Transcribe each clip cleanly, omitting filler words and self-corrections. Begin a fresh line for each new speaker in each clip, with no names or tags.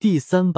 第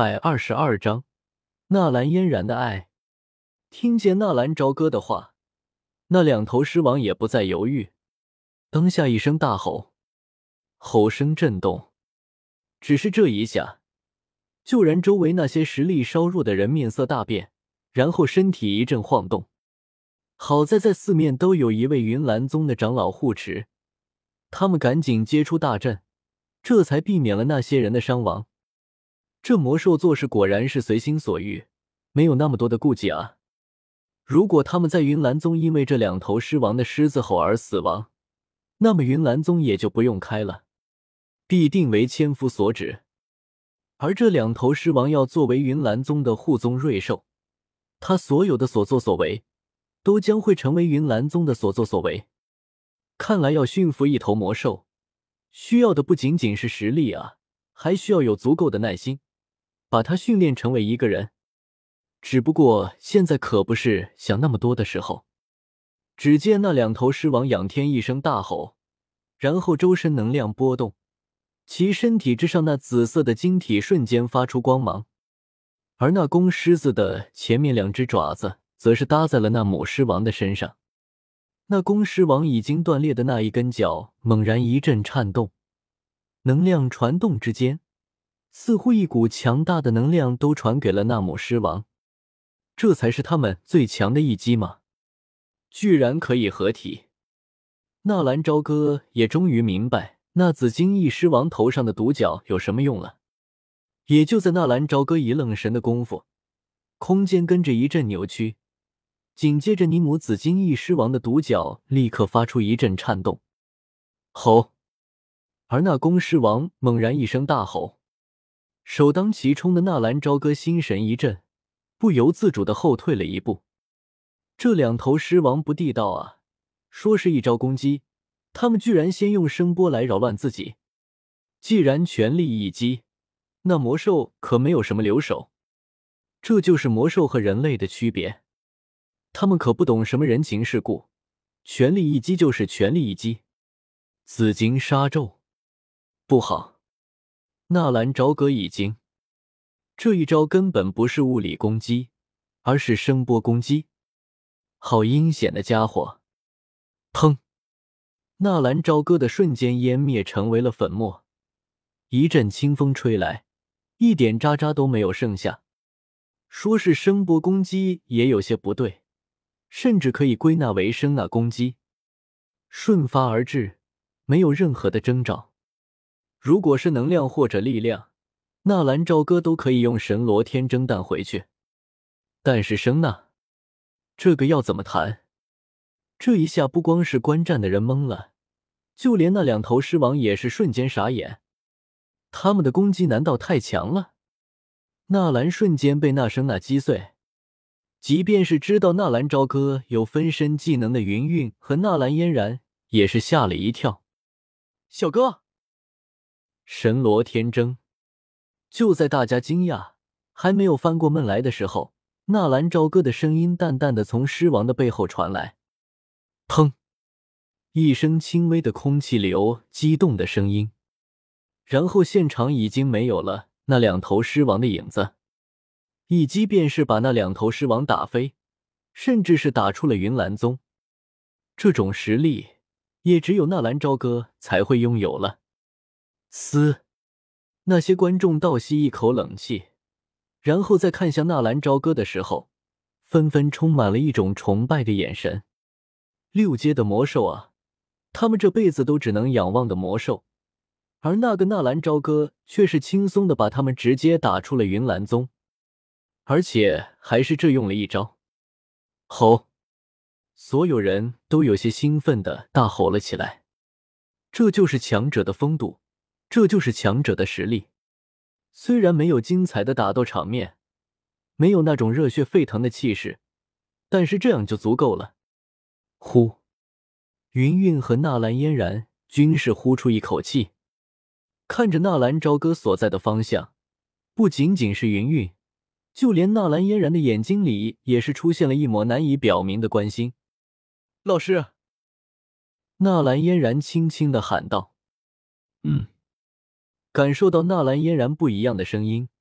322章，纳兰嫣然的爱。听见纳兰朝歌的话，那两头狮王也不再犹豫，当下一声大吼，吼声震动。只是这一下，就让周围那些实力稍弱的人面色大变，然后身体一阵晃动。好在四面都有一位云岚宗的长老护持，他们赶紧接出大阵，这才避免了那些人的伤亡。这魔兽做事果然是随心所欲，没有那么多的顾忌啊。如果他们在云岚宗因为这两头狮王的狮子吼而死亡，那么云岚宗也就不用开了，必定为千夫所指。而这两头狮王要作为云岚宗的护宗瑞兽，他所有的所作所为都将会成为云岚宗的所作所为。看来要驯服一头魔兽，需要的不仅仅是实力啊，还需要有足够的耐心，把它训练成为一个人。只不过现在可不是想那么多的时候。只见那两头狮王仰天一声大吼，然后周身能量波动，其身体之上那紫色的晶体瞬间发出光芒，而那公狮子的前面两只爪子则是搭在了那母狮王的身上。那公狮王已经断裂的那一根角猛然一阵颤动，能量传动之间，似乎一股强大的能量都传给了那母狮王。这才是他们最强的一击吗？居然可以合体。纳兰朝歌也终于明白那紫金翼狮王头上的独角有什么用了。也就在纳兰朝歌一愣神的功夫，空间跟着一阵扭曲，紧接着尼姆紫金翼狮王的独角立刻发出一阵颤动。吼！而那公狮王猛然一声大吼，首当其冲的纳兰朝歌心神一震，不由自主地后退了一步。这两头狮王不地道啊，说是一招攻击，他们居然先用声波来扰乱自己。既然全力一击，那魔兽可没有什么留手。这就是魔兽和人类的区别，他们可不懂什么人情世故，全力一击就是全力一击。紫金杀咒，不好！纳兰朝歌已经，这一招根本不是物理攻击，而是声波攻击。好阴险的家伙！砰！纳兰朝歌的瞬间湮灭成为了粉末，一阵清风吹来，一点渣渣都没有剩下。说是声波攻击也有些不对，甚至可以归纳为声纳攻击，瞬发而至，没有任何的征兆。如果是能量或者力量，纳兰朝歌都可以用神罗天征弹回去，但是声纳，这个要怎么谈？这一下不光是观战的人懵了，就连那两头狮王也是瞬间傻眼。他们的攻击难道太强了？纳兰瞬间被那声纳击碎，即便是知道纳兰朝歌有分身技能的云韵和纳兰嫣然也是吓了一跳。小哥！神罗天征！就在大家惊讶还没有翻过闷来的时候，纳兰朝歌的声音淡淡的从狮王的背后传来。砰！一声轻微的空气流激动的声音，然后现场已经没有了那两头狮王的影子。一击便是把那两头狮王打飞，甚至是打出了云岚宗。这种实力也只有纳兰朝歌才会拥有了。嘶！那些观众倒吸一口冷气，然后再看向纳兰朝歌的时候，纷纷充满了一种崇拜的眼神。6阶的魔兽啊，他们这辈子都只能仰望的魔兽，而那个纳兰朝歌却是轻松的把他们直接打出了云岚宗，而且还是这用了一招。吼！所有人都有些兴奋的大吼了起来。这就是强者的风度，这就是强者的实力。虽然没有精彩的打斗场面，没有那种热血沸腾的气势，但是这样就足够了。呼！云韵和纳兰嫣然均是呼出一口气，看着纳兰朝歌所在的方向，不仅仅是云韵，就连纳兰嫣然的眼睛里也是出现了一抹难以表明的关心。老师！纳兰嫣然轻轻地喊道。感受到纳兰嫣然不一样的声音，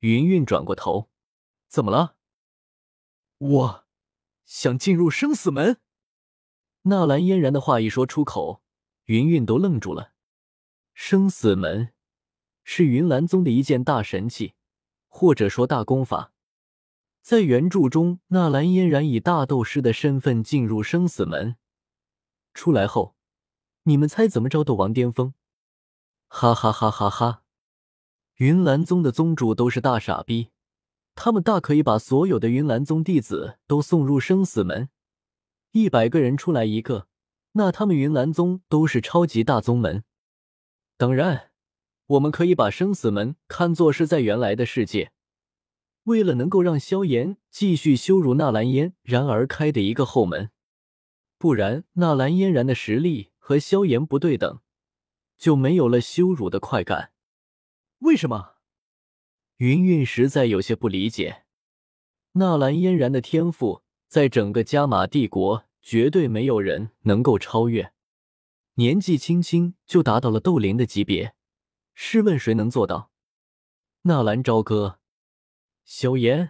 云云转过头，怎么了？
我想进入生死门。
纳兰嫣然的话一说出口，云云都愣住了。生死门是云岚宗的一件大神器，或者说大功法。在原著中，纳兰嫣然以大斗师的身份进入生死门，出来后，你们猜怎么着斗王巅峰？哈哈哈哈哈！云岚宗的宗主都是大傻逼，他们大可以把所有的云岚宗弟子都送入生死门，100个人出来一个，那他们云岚宗都是超级大宗门。当然，我们可以把生死门看作是在原来的世界，为了能够让萧炎继续羞辱纳兰嫣然而开的一个后门。不然纳兰嫣然的实力和萧炎不对等，就没有了羞辱的快感。
为什么？
云云实在有些不理解。纳兰嫣然的天赋在整个加玛帝国绝对没有人能够超越，年纪轻轻就达到了斗灵的级别，试问谁能做到？纳兰朝歌，萧炎，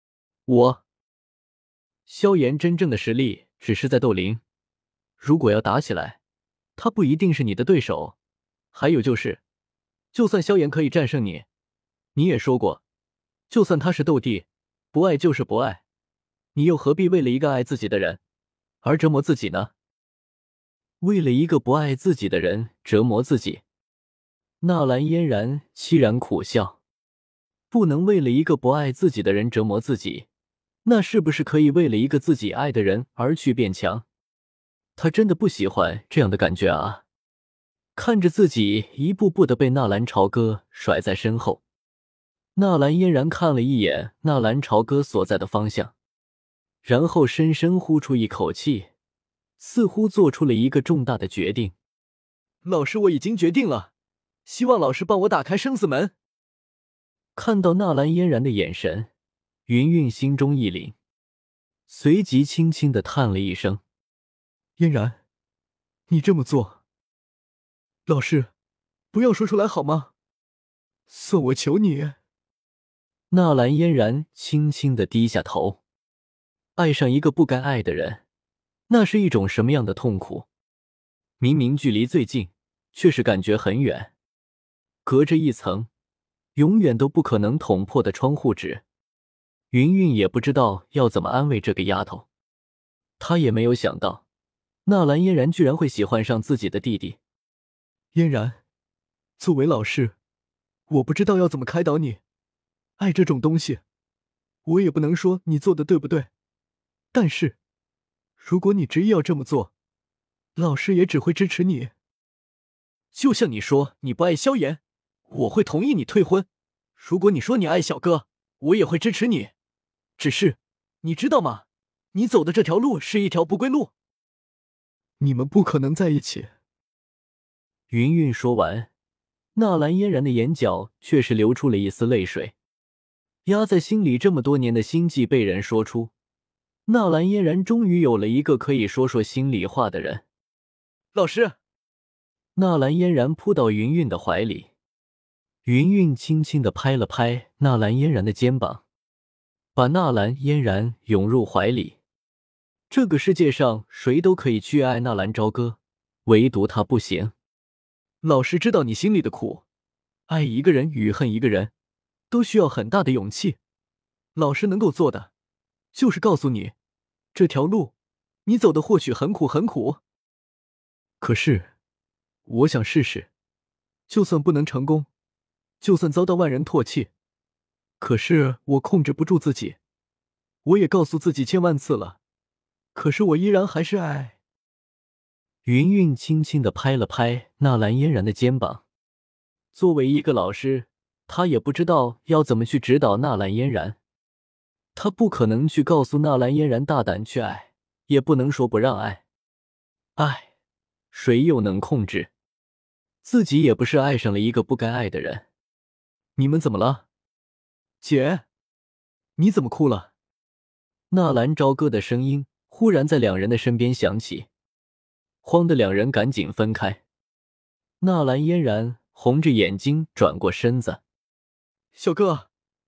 萧炎真正的实力只是在斗灵，如果要打起来，他不一定是你的对手。还有就是，就算萧炎可以战胜你，你也说过，就算他是斗帝，不爱就是不爱，你又何必为了一个爱自己的人而折磨自己呢？为了一个不爱自己的人折磨自己，纳兰嫣然凄然苦笑。不能为了一个不爱自己的人折磨自己，那是不是可以为了一个自己爱的人而去变强？他真的不喜欢这样的感觉啊！看着自己一步步的被纳兰朝歌甩在身后，纳兰嫣然看了一眼纳兰朝歌所在的方向，然后深深呼出一口气，似乎做出了一个重大的决定。
老师，我已经决定了，希望老师帮我打开生死门。
看到纳兰嫣然的眼神，云云心中一凛，随即轻轻地叹了一声：
嫣然，你这么做，老师，不要说出来好吗？算我求你。
纳兰嫣然轻轻地低下头。爱上一个不该爱的人，那是一种什么样的痛苦？明明距离最近，却是感觉很远，隔着一层永远都不可能捅破的窗户纸。云云也不知道要怎么安慰这个丫头，她也没有想到纳兰嫣然居然会喜欢上自己的弟弟。
嫣然，作为老师，我不知道要怎么开导你。爱这种东西，我也不能说你做的对不对，但是如果你执意要这么做，老师也只会支持你。就像你说你不爱萧炎，我会同意你退婚。如果你说你爱小哥，我也会支持你。只是，你知道吗？你走的这条路是一条不归路。你们不可能在一起。
云云说完，纳兰嫣然的眼角却是流出了一丝泪水。压在心里这么多年的心悸被人说出，纳兰嫣然终于有了一个可以说说心里话的人。
老师，
纳兰嫣然扑到云云的怀里，云云轻轻地拍了拍纳兰嫣然的肩膀，把纳兰嫣然拥入怀里。这个世界上谁都可以去爱纳兰朝歌，唯独他不行。
老师知道你心里的苦，爱一个人与恨一个人都需要很大的勇气。老师能够做的，就是告诉你，这条路你走的或许很苦很苦，可是我想试试，就算不能成功，就算遭到万人唾弃，可是我控制不住自己，我也告诉自己千万次了，可是我依然还是爱。
云云轻轻地拍了拍纳兰嫣然的肩膀。作为一个老师，他也不知道要怎么去指导纳兰嫣然。他不可能去告诉纳兰嫣然大胆去爱，也不能说不让爱。爱，谁又能控制？自己也不是爱上了一个不该爱的人。
你们怎么了？姐，你怎么哭了？
纳兰朝歌的声音忽然在两人的身边响起，慌得两人赶紧分开。纳兰嫣然红着眼睛转过身子。
小哥，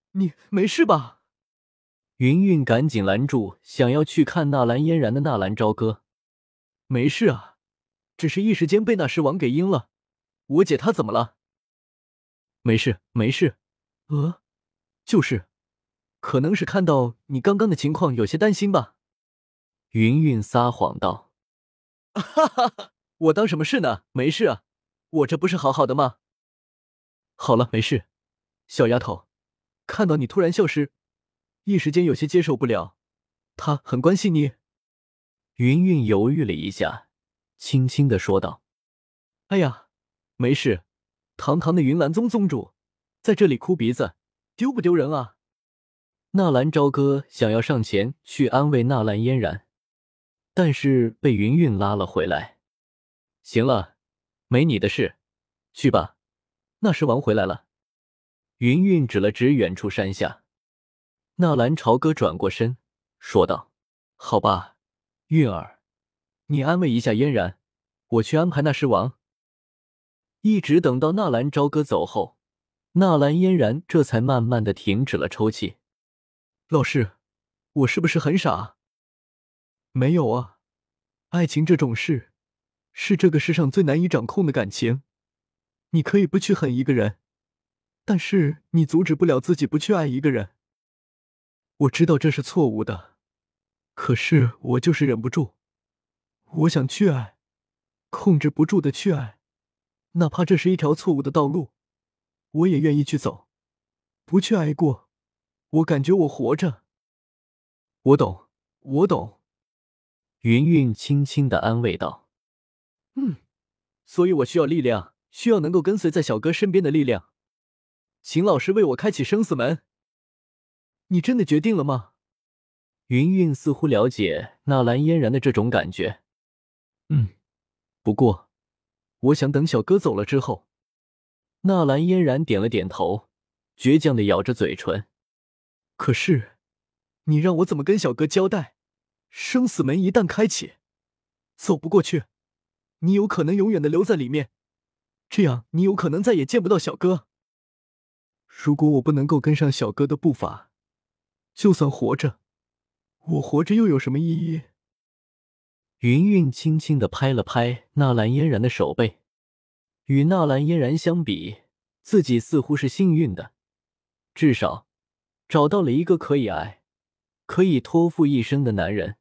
你没事吧？
云云赶紧拦住想要去看纳兰嫣然的纳兰朝歌。
没事啊，只是一时间被那狮王给阴了。我姐她怎么了？没事，没事。就是，可能是看到你刚刚的情况有些担心吧。
云云撒谎道。
哈哈哈，我当什么事呢？没事啊，我这不是好好的吗？好了，没事。小丫头，看到你突然消失，一时间有些接受不了。他很关心你。
云云犹豫了一下，轻轻地说道：
哎呀，没事，堂堂的云岚宗宗主，在这里哭鼻子，丢不丢人啊？
纳兰朝歌想要上前去安慰纳兰嫣然，但是被云云拉了回来。行了，没你的事，去吧，那狮王回来了。云云指了指远处山下。纳兰朝歌转过身说道：好吧，韵儿，你安慰一下嫣然，我去安排那狮王。一直等到纳兰朝歌走后，纳兰嫣然这才慢慢的停止了抽泣。
老师，我是不是很傻？没有啊，爱情这种事，是这个世上最难以掌控的感情。你可以不去恨一个人，但是你阻止不了自己不去爱一个人。我知道这是错误的，可是我就是忍不住，我想去爱，控制不住的去爱，哪怕这是一条错误的道路，我也愿意去走。不去爱过，我感觉我活着。我懂，我懂。
云云轻轻地安慰道：
所以我需要力量，需要能够跟随在小哥身边的力量。请老师为我开启生死门。你真的决定了吗？
云云似乎了解纳兰嫣然的这种感觉。
不过，我想等小哥走了之后。
纳兰嫣然点了点头，倔强地咬着嘴唇。
可是，你让我怎么跟小哥交代？生死门一旦开启，走不过去，你有可能永远的留在里面，这样你有可能再也见不到小哥。如果我不能够跟上小哥的步伐，就算活着，我活着又有什么意义？
云云轻轻地拍了拍纳兰嫣然的手背。与纳兰嫣然相比，自己似乎是幸运的，至少找到了一个可以爱、可以托付一生的男人。